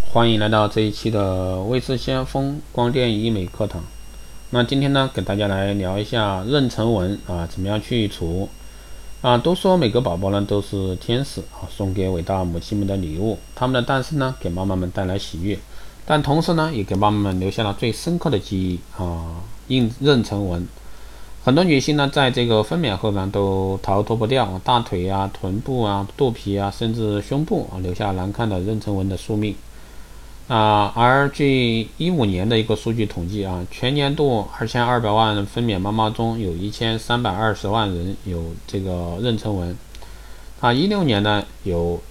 欢迎来到这一期的微智先锋光电医美课堂。那今天呢，给大家来聊一下妊娠纹怎么样去除都说每个宝宝呢都是天使送给伟大母亲们的礼物，他们的诞生呢给妈妈们带来喜悦，但同时呢也给妈妈们留下了最深刻的记忆妊娠纹。很多女性呢在这个分娩后呢都逃脱不掉大腿臀部肚皮甚至胸部留下难看的妊娠纹的宿命。而据2015年的一个数据统计全年度2200万分娩妈妈中有1320万人有这个妊娠纹。16年呢有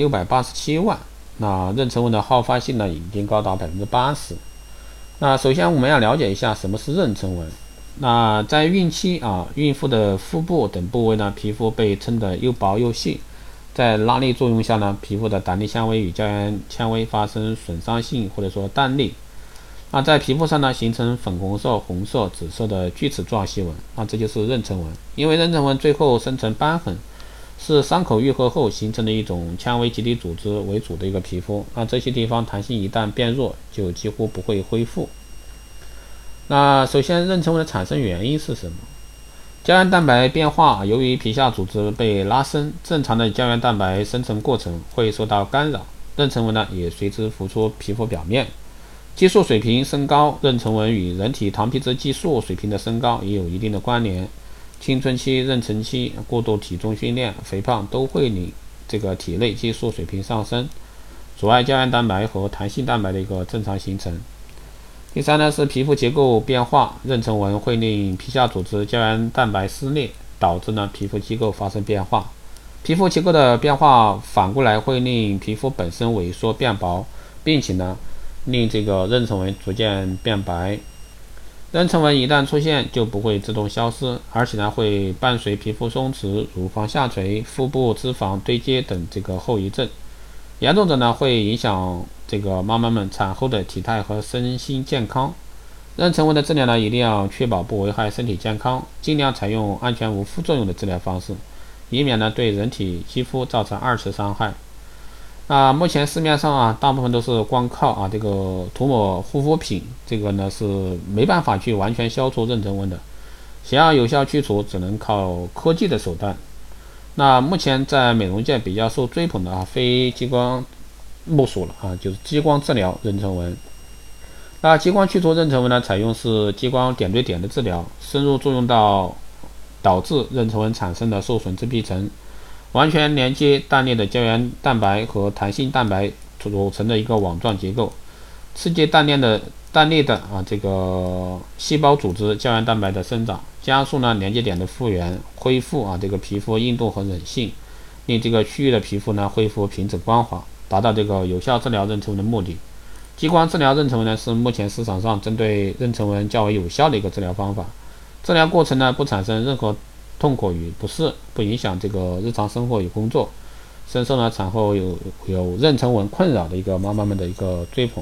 1687万，那妊娠纹的好发性呢已经高达80%。那首先我们要了解一下什么是妊娠纹。那在孕期孕妇的腹部等部位呢，皮肤被撑得又薄又细，在拉力作用下呢，皮肤的弹力纤维与胶原纤维发生损伤性或者说弹力，在皮肤上呢形成粉红色、红色、紫色的锯齿状细纹，这就是妊娠纹。因为妊娠纹最后生成瘢痕，是伤口愈合后形成的一种纤维基底组织为主的一个皮肤，这些地方弹性一旦变弱，就几乎不会恢复。那首先，妊娠纹的产生原因是什么？胶原蛋白变化，由于皮下组织被拉伸，正常的胶原蛋白生成过程会受到干扰，妊娠纹呢也随之浮出皮肤表面。激素水平升高，妊娠纹与人体糖皮质激素水平的升高也有一定的关联。青春期、妊娠期、过度体重训练、肥胖都会令这个体内激素水平上升，阻碍胶原蛋白和弹性蛋白的一个正常形成。第三呢是皮肤结构变化，妊娠纹会令皮下组织胶原蛋白撕裂，导致皮肤结构发生变化。皮肤结构的变化反过来会令皮肤本身萎缩变薄，并且令这个妊娠纹逐渐变白。妊娠纹一旦出现就不会自动消失，而且会伴随皮肤松弛、乳房下垂、腹部脂肪堆积等这个后遗症。严重者会影响这个妈妈们产后的体态和身心健康。妊娠纹的治疗一定要确保不危害身体健康，尽量采用安全无副作用的治疗方式，以免对人体肌肤造成二次伤害。目前市面上大部分都是光靠这个涂抹护肤品，这个是没办法去完全消除妊娠纹的。想要有效去除，只能靠科技的手段。目前在美容界比较受追捧的非激光莫属了就是激光治疗妊娠纹。激光去除妊娠纹采用是激光点对点的治疗，深入作用到导致妊娠纹产生的受损自闭层，完全连接弹裂的胶原蛋白和弹性蛋白组成的一个网状结构，刺激弹裂的这个细胞组织胶原蛋白的生长，加速连接点的复原，恢复这个皮肤硬度和韧性，令这个区域的皮肤恢复平整光滑，达到这个有效治疗妊娠纹的目的。激光治疗妊娠纹是目前市场上针对妊娠纹较为有效的一个治疗方法。治疗过程不产生任何痛苦与不适，不影响这个日常生活与工作，深受产后有妊娠纹困扰的一个妈妈们的一个追捧。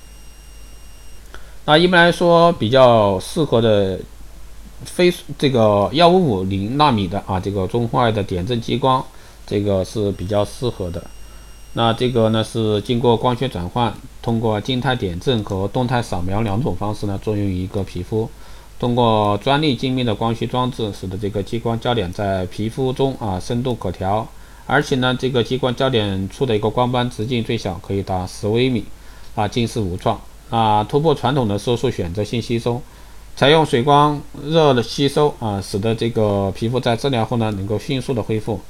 一般来说，比较适合的非这个1550纳米的这个中红外的点阵激光，这个是比较适合的。这个是经过光学转换，通过静态点阵和动态扫描两种方式作用于一个皮肤，通过专利精密的光学装置，使得这个激光焦点在皮肤中深度可调，而且这个激光焦点处的一个光斑直径最小可以达10微米，近视无创。突破传统的色素选择性吸收，采用水光热的吸收使得这个皮肤在治疗后能够迅速的恢复。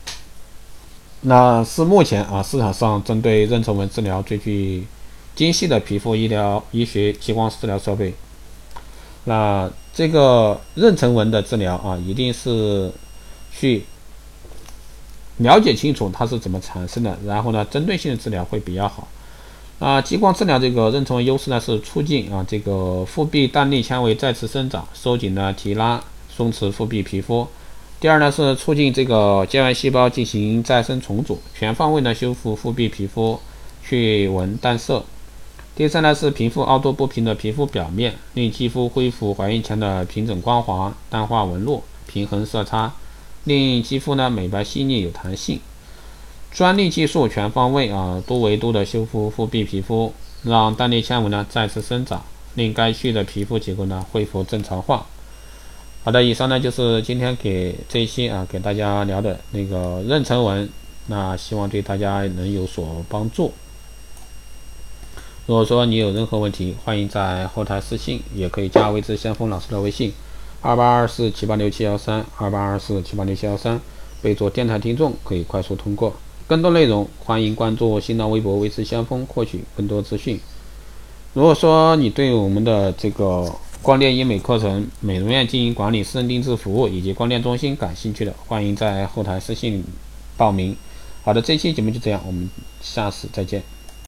是目前市场上针对妊娠纹治疗最具精细的皮肤医学激光治疗设备。这个妊娠纹的治疗一定是去了解清楚它是怎么产生的，然后针对性的治疗会比较好。激光治疗这个妊娠纹优势是促进这个腹壁弹力纤维再次生长，收紧提拉松弛腹壁皮肤。第二是促进这个胶原细胞进行再生重组，全方位修复腹壁皮肤，去纹淡色。第三是平复凹凸不平的皮肤表面，令肌肤恢复怀孕前的平整光滑，淡化纹路，平衡色差，令肌肤美白细腻有弹性。 专利技术全方位多维度的修复复辟皮肤，让弹力纤维呢再次生长，令该区域的皮肤结构呢恢复正常化。好的，以上呢就是今天这一期给大家聊的那个妊娠纹，那希望对大家能有所帮助。如果说你有任何问题，欢迎在后台私信，也可以加微知先锋老师的微信2824786713，2824786713，备注电台听众，可以快速通过。更多内容，欢迎关注新浪微博微知先锋，获取更多资讯。如果说你对我们的这个光电医美课程、美容院经营管理、私人定制服务以及光电中心感兴趣的，欢迎在后台私信报名。好的，这期节目就这样，我们下次再见。